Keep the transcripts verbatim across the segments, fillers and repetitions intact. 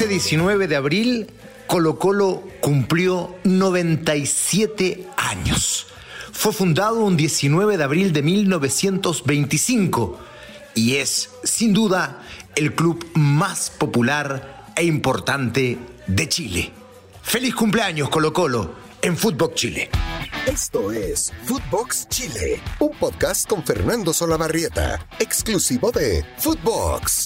Este diecinueve de abril, Colo-Colo cumplió noventa y siete años. Fue fundado un diecinueve de abril de mil novecientos veinticinco y es, sin duda, el club más popular e importante de Chile. ¡Feliz cumpleaños, Colo-Colo, en Footbox Chile! Esto es Footbox Chile, un podcast con Fernando Solabarrieta, exclusivo de Footbox.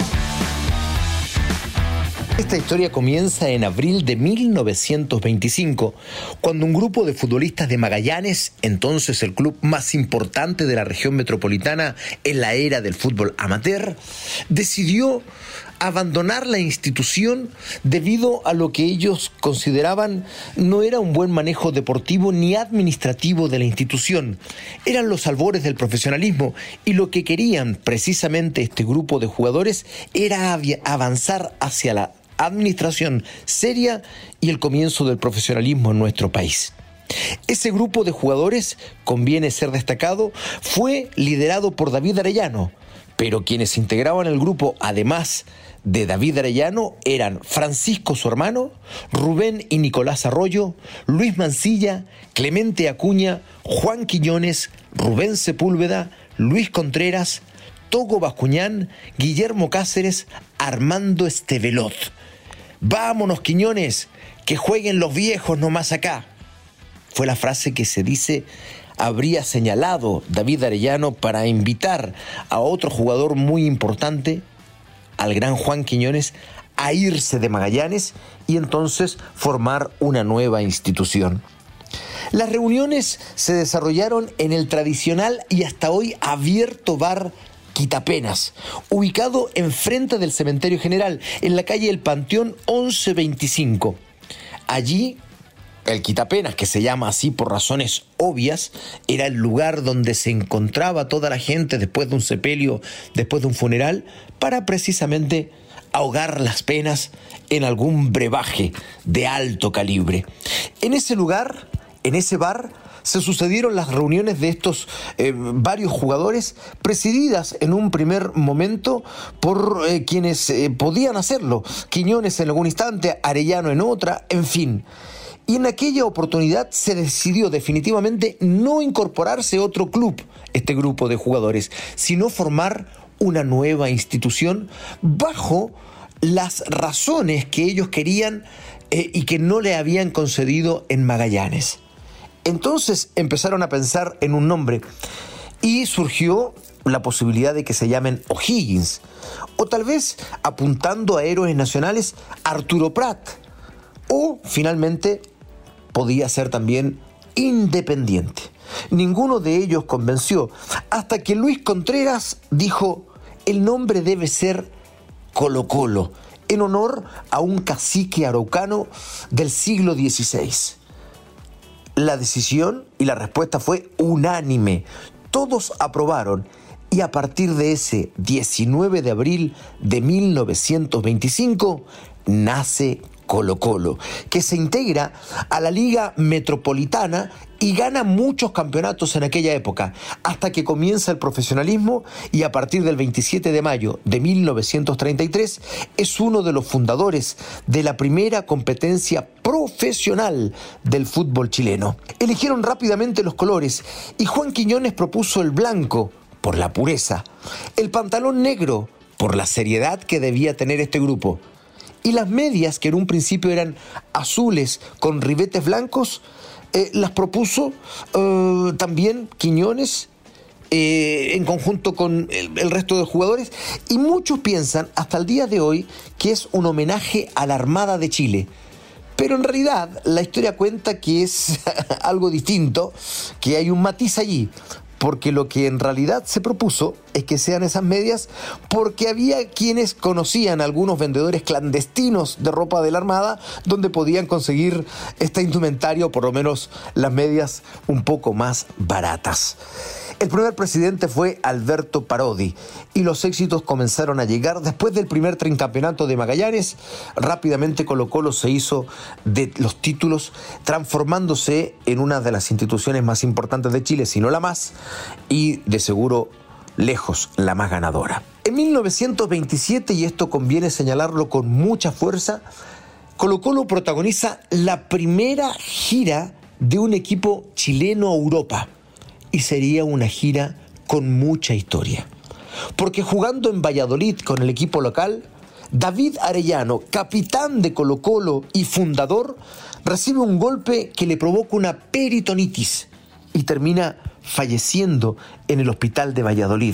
Esta historia comienza en abril de mil novecientos veinticinco, cuando un grupo de futbolistas de Magallanes, entonces el club más importante de la región metropolitana en la era del fútbol amateur, decidió abandonar la institución debido a lo que ellos consideraban no era un buen manejo deportivo ni administrativo de la institución. Eran los albores del profesionalismo y lo que querían precisamente este grupo de jugadores era avanzar hacia la administración seria y el comienzo del profesionalismo en nuestro país. Ese grupo de jugadores, conviene ser destacado, fue liderado por David Arellano, pero quienes integraban el grupo, además de David Arellano, eran Francisco, su hermano, Rubén y Nicolás Arroyo, Luis Mancilla, Clemente Acuña, Juan Quiñones, Rubén Sepúlveda, Luis Contreras, Togo Bascuñán, Guillermo Cáceres, Armando Estevelot. ¡Vámonos, Quiñones! ¡Que jueguen los viejos nomás acá! Fue la frase que se dice habría señalado David Arellano para invitar a otro jugador muy importante, al gran Juan Quiñones, a irse de Magallanes y entonces formar una nueva institución. Las reuniones se desarrollaron en el tradicional y hasta hoy abierto bar Quitapenas, ubicado enfrente del Cementerio General, en la calle El Panteón once veinticinco. Allí, el Quitapenas, que se llama así por razones obvias, era el lugar donde se encontraba toda la gente después de un sepelio, después de un funeral, para precisamente ahogar las penas en algún brebaje de alto calibre. En ese lugar, en ese bar, se sucedieron las reuniones de estos eh, varios jugadores, presididas en un primer momento por eh, quienes eh, podían hacerlo. Quiñones en algún instante, Arellano en otra, en fin. Y en aquella oportunidad se decidió definitivamente no incorporarse a otro club, este grupo de jugadores, sino formar una nueva institución bajo las razones que ellos querían eh, y que no le habían concedido en Magallanes. Entonces empezaron a pensar en un nombre y surgió la posibilidad de que se llamen O'Higgins, o tal vez, apuntando a héroes nacionales, Arturo Prat, o finalmente podía ser también Independiente. Ninguno de ellos convenció, hasta que Luis Contreras dijo: el nombre debe ser Colo-Colo, en honor a un cacique araucano del siglo dieciséis. La decisión y la respuesta fue unánime. Todos aprobaron y a partir de ese diecinueve de abril de mil novecientos veinticinco nace Colo-Colo, que se integra a la Liga Metropolitana y gana muchos campeonatos en aquella época, hasta que comienza el profesionalismo y a partir del veintisiete de mayo de mil novecientos treinta y tres es uno de los fundadores de la primera competencia profesional del fútbol chileno. Eligieron rápidamente los colores y Juan Quiñones propuso el blanco por la pureza, el pantalón negro por la seriedad que debía tener este grupo, y las medias, que en un principio eran azules con ribetes blancos, eh, las propuso eh, también Quiñones eh, en conjunto con el, el resto de jugadores, y muchos piensan hasta el día de hoy que es un homenaje a la Armada de Chile. Pero en realidad la historia cuenta que es algo distinto, que hay un matiz allí, porque lo que en realidad se propuso es que sean esas medias porque había quienes conocían a algunos vendedores clandestinos de ropa de la Armada donde podían conseguir esta indumentaria o por lo menos las medias un poco más baratas. El primer presidente fue Alberto Parodi y los éxitos comenzaron a llegar. Después del primer tricampeonato de Magallanes, rápidamente Colo-Colo se hizo de los títulos, transformándose en una de las instituciones más importantes de Chile, si no la más, y de seguro lejos la más ganadora. En mil novecientos veintisiete, y esto conviene señalarlo con mucha fuerza, Colo-Colo protagoniza la primera gira de un equipo chileno a Europa, y sería una gira con mucha historia. Porque jugando en Valladolid con el equipo local, David Arellano, capitán de Colo-Colo y fundador, recibe un golpe que le provoca una peritonitis y termina falleciendo en el hospital de Valladolid.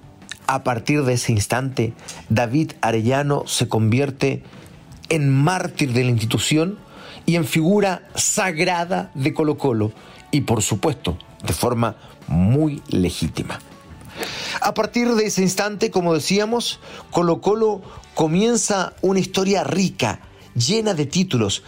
A partir de ese instante, David Arellano se convierte en mártir de la institución y en figura sagrada de Colo-Colo, y por supuesto, de forma muy legítima. A partir de ese instante, como decíamos, Colo-Colo comienza una historia rica, llena de títulos,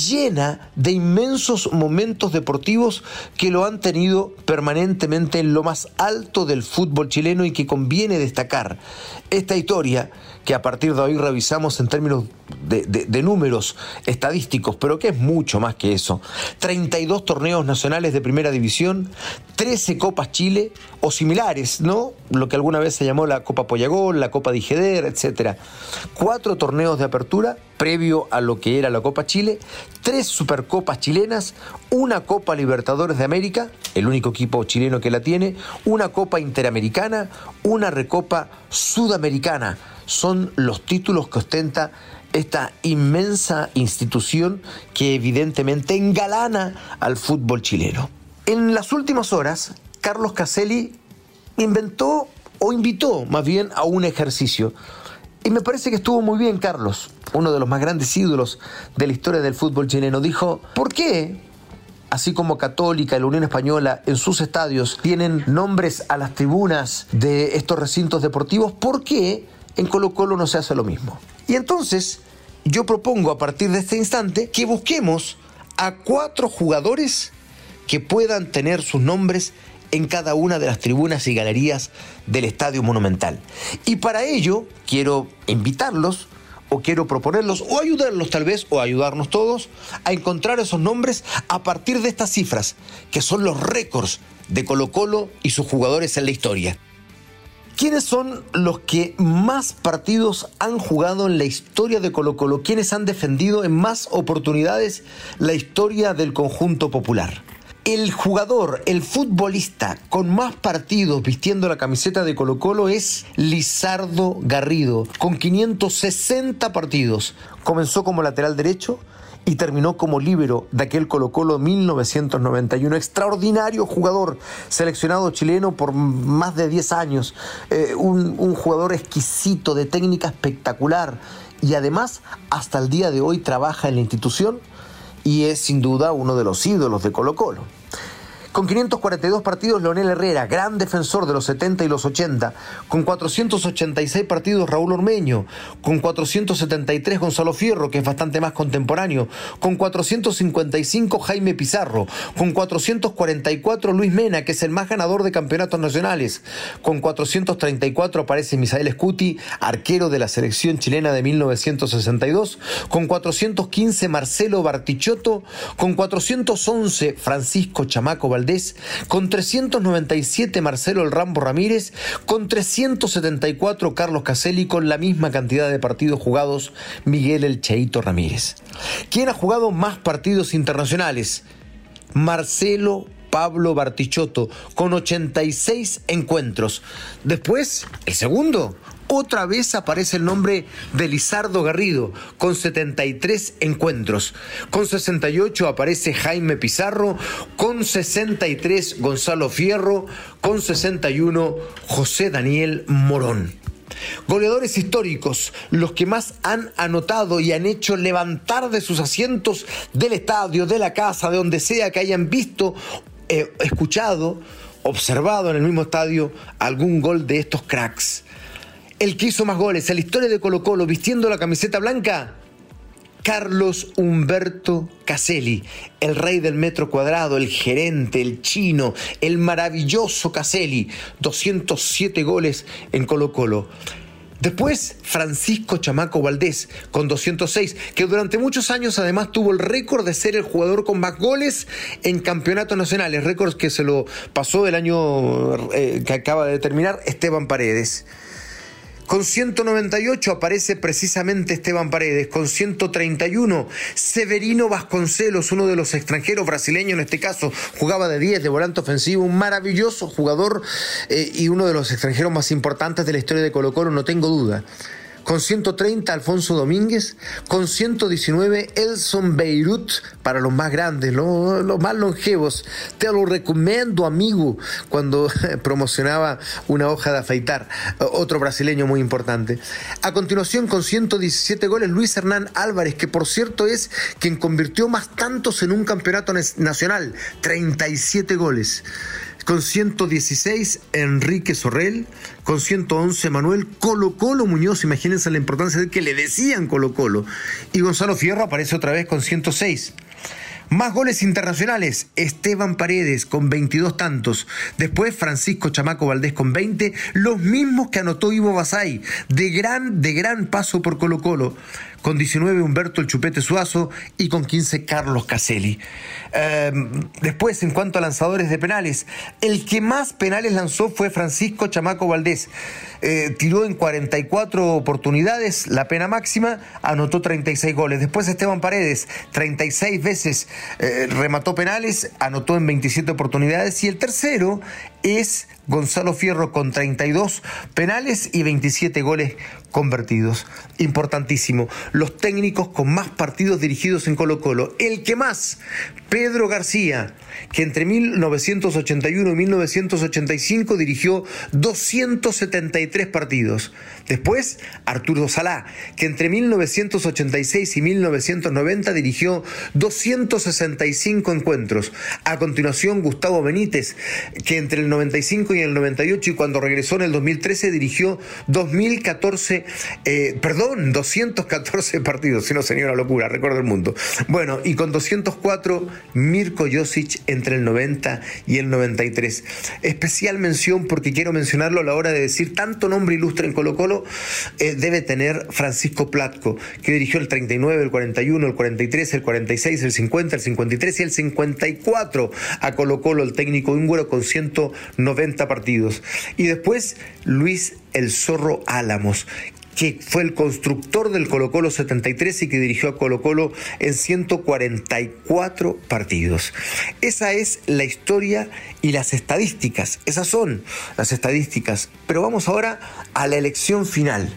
llena de inmensos momentos deportivos que lo han tenido permanentemente en lo más alto del fútbol chileno, y que conviene destacar esta historia que a partir de hoy revisamos en términos de, de, de números estadísticos, pero que es mucho más que eso. treinta y dos torneos nacionales de primera división, trece Copas Chile o similares, ¿no? Lo que alguna vez se llamó la Copa Pollagol, la Copa Dijeder, etcétera. Cuatro torneos de apertura previo a lo que era la Copa Chile, tres Supercopas chilenas, una Copa Libertadores de América, el único equipo chileno que la tiene, una Copa Interamericana, una Recopa Sudamericana. Son los títulos que ostenta esta inmensa institución que evidentemente engalana al fútbol chileno. En las últimas horas, Carlos Caselli inventó o invitó más bien a un ejercicio. Y me parece que estuvo muy bien Carlos, uno de los más grandes ídolos de la historia del fútbol chileno. Dijo, ¿por qué, así como Católica y la Unión Española en sus estadios tienen nombres a las tribunas de estos recintos deportivos, por qué en Colo-Colo no se hace lo mismo? Y entonces yo propongo a partir de este instante que busquemos a cuatro jugadores que puedan tener sus nombres en cada una de las tribunas y galerías del Estadio Monumental. Y para ello quiero invitarlos, o quiero proponerlos, o ayudarlos tal vez, o ayudarnos todos a encontrar esos nombres a partir de estas cifras, que son los récords de Colo-Colo y sus jugadores en la historia. ¿Quiénes son los que más partidos han jugado en la historia de Colo-Colo? ¿Quiénes han defendido en más oportunidades la historia del conjunto popular? El jugador, el futbolista con más partidos vistiendo la camiseta de Colo-Colo es Lizardo Garrido, con quinientos sesenta partidos. Comenzó como lateral derecho y terminó como líbero de aquel Colo-Colo mil novecientos noventa y uno. Extraordinario jugador, seleccionado chileno por más de diez años. Eh, un, un jugador exquisito, de técnica espectacular, y además hasta el día de hoy trabaja en la institución y es sin duda uno de los ídolos de Colo-Colo. Con quinientos cuarenta y dos partidos, Leonel Herrera, gran defensor de los setenta y los ochenta. Con cuatrocientos ochenta y seis partidos, Raúl Ormeño. Con cuatrocientos setenta y tres, Gonzalo Fierro, que es bastante más contemporáneo. Con cuatrocientos cincuenta y cinco, Jaime Pizarro. Con cuatrocientos cuarenta y cuatro, Luis Mena, que es el más ganador de campeonatos nacionales. Con cuatrocientos treinta y cuatro aparece Misael Scuti, arquero de la selección chilena de mil novecientos sesenta y dos. Con cuatrocientos quince, Marcelo Bartichotto. Con cuatrocientos once, Francisco Chamaco Valdés. Con trescientos noventa y siete, Marcelo El Rambo Ramírez. Con trescientos setenta y cuatro, Carlos Caselli. Con la misma cantidad de partidos jugados, Miguel El Cheito Ramírez. ¿Quién ha jugado más partidos internacionales? Marcelo Pablo Bartichotto, con ochenta y seis encuentros. Después, el segundo, otra vez aparece el nombre de Lizardo Garrido, con setenta y tres encuentros. Con sesenta y ocho aparece Jaime Pizarro, con sesenta y tres Gonzalo Fierro, con sesenta y uno José Daniel Morón. Goleadores históricos, los que más han anotado y han hecho levantar de sus asientos del estadio, de la casa, de donde sea que hayan visto, eh, escuchado, observado en el mismo estadio algún gol de estos cracks. El que hizo más goles en la historia de Colo-Colo vistiendo la camiseta blanca, Carlos Humberto Caselli, el rey del metro cuadrado, el gerente, el chino, el maravilloso Caselli, doscientos siete goles en Colo-Colo. Después, Francisco Chamaco Valdés, con doscientos seis, que durante muchos años además tuvo el récord de ser el jugador con más goles en campeonatos nacionales, récord que se lo pasó el año eh, que acaba de terminar Esteban Paredes. Con ciento noventa y ocho aparece precisamente Esteban Paredes. Con ciento treinta y uno, Severino Vasconcelos, uno de los extranjeros brasileños en este caso, jugaba de diez, de volante ofensivo, un maravilloso jugador eh, y uno de los extranjeros más importantes de la historia de Colo-Colo, no tengo duda. Con ciento treinta, Alfonso Domínguez. Con ciento diecinueve, Elson Beirut, para los más grandes, los, los más longevos. Te lo recomiendo, amigo, cuando promocionaba una hoja de afeitar. Otro brasileño muy importante. A continuación, con ciento diecisiete goles, Luis Hernán Álvarez, que por cierto es quien convirtió más tantos en un campeonato nacional. treinta y siete goles. Con ciento dieciséis, Enrique Sorrell. Con ciento once, Manuel Colo Colo Muñoz. Imagínense la importancia de que le decían Colo Colo. Y Gonzalo Fierro aparece otra vez con ciento seis. Más goles internacionales, Esteban Paredes con veintidós tantos. Después Francisco Chamaco Valdés con veinte, los mismos que anotó Ivo Basay, de gran, de gran paso por Colo Colo. Con diecinueve, Humberto el Chupete Suazo, y con quince, Carlos Caselli. Eh, después, en cuanto a lanzadores de penales, el que más penales lanzó fue Francisco Chamaco Valdés. Eh, tiró en cuarenta y cuatro oportunidades, la pena máxima, anotó treinta y seis goles. Después Esteban Paredes, treinta y seis veces eh, remató penales, anotó en veintisiete oportunidades. Y el tercero es Gonzalo Fierro con treinta y dos penales y veintisiete goles convertidos. Importantísimo. Los técnicos con más partidos dirigidos en Colo-Colo. El que más, Pedro García, que entre mil novecientos ochenta y uno y mil novecientos ochenta y cinco dirigió doscientos setenta y tres partidos. Después, Arturo Salá, que entre mil novecientos ochenta y seis y mil novecientos noventa dirigió doscientos sesenta y cinco encuentros. A continuación, Gustavo Benítez, que entre el noventa y cinco y el noventa y ocho, y cuando regresó en el dos mil trece dirigió dos mil catorce, eh, perdón, doscientos catorce partidos, si no sería una locura, recuerdo el mundo. Bueno, y con doscientos cuatro, Mirko Josic entre el noventa y el noventa y tres. Especial mención, porque quiero mencionarlo a la hora de decir tanto nombre ilustre en Colo-Colo, eh, debe tener Francisco Platko, que dirigió el treinta y nueve, el cuarenta y uno, el cuarenta y tres, el cuarenta y seis, el cincuenta, el cincuenta y tres y el cincuenta y cuatro a Colo-Colo, el técnico húngaro, con ciento noventa partidos. Y después Luis el Zorro Álamos, que fue el constructor del Colo-Colo setenta y tres y que dirigió a Colo-Colo en ciento cuarenta y cuatro partidos. Esa es la historia y las estadísticas. Esas son las estadísticas. Pero vamos ahora a la elección final.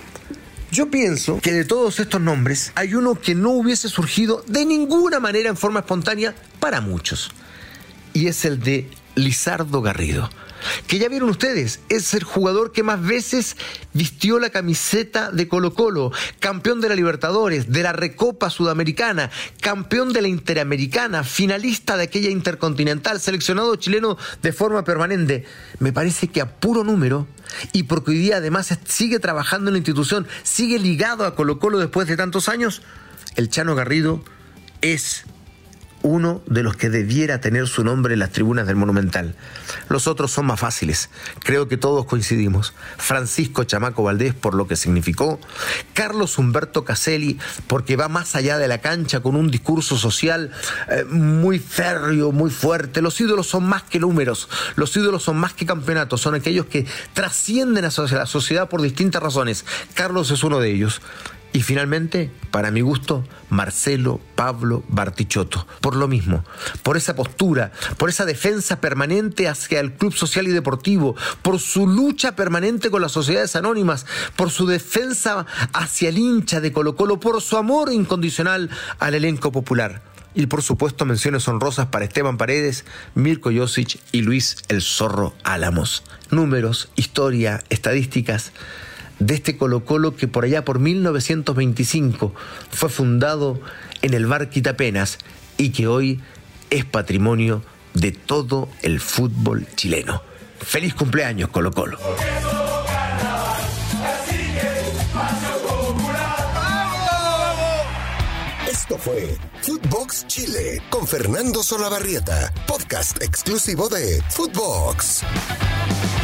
Yo pienso que de todos estos nombres hay uno que no hubiese surgido de ninguna manera en forma espontánea para muchos. Y es el de Lizardo Garrido, que ya vieron ustedes, es el jugador que más veces vistió la camiseta de Colo-Colo, campeón de la Libertadores, de la Recopa Sudamericana, campeón de la Interamericana, finalista de aquella Intercontinental, seleccionado chileno de forma permanente. Me parece que a puro número, y porque hoy día además sigue trabajando en la institución, sigue ligado a Colo-Colo después de tantos años, el Chano Garrido es uno de los que debiera tener su nombre en las tribunas del Monumental. Los otros son más fáciles. Creo que todos coincidimos. Francisco Chamaco Valdés, por lo que significó. Carlos Humberto Caselli, porque va más allá de la cancha con un discurso social eh, muy férreo, muy fuerte. Los ídolos son más que números. Los ídolos son más que campeonatos. Son aquellos que trascienden a la sociedad por distintas razones. Carlos es uno de ellos. Y finalmente, para mi gusto, Marcelo Pablo Bartichotto. Por lo mismo, por esa postura, por esa defensa permanente hacia el club social y deportivo, por su lucha permanente con las sociedades anónimas, por su defensa hacia el hincha de Colo-Colo, por su amor incondicional al elenco popular. Y por supuesto, menciones honrosas para Esteban Paredes, Mirko Josic y Luis el Zorro Álamos. Números, historia, estadísticas de este Colo-Colo que por allá por mil novecientos veinticinco fue fundado en el bar Quitapenas y que hoy es patrimonio de todo el fútbol chileno. ¡Feliz cumpleaños, Colo-Colo! Esto fue Footbox Chile con Fernando Solabarrieta, podcast exclusivo de Footbox.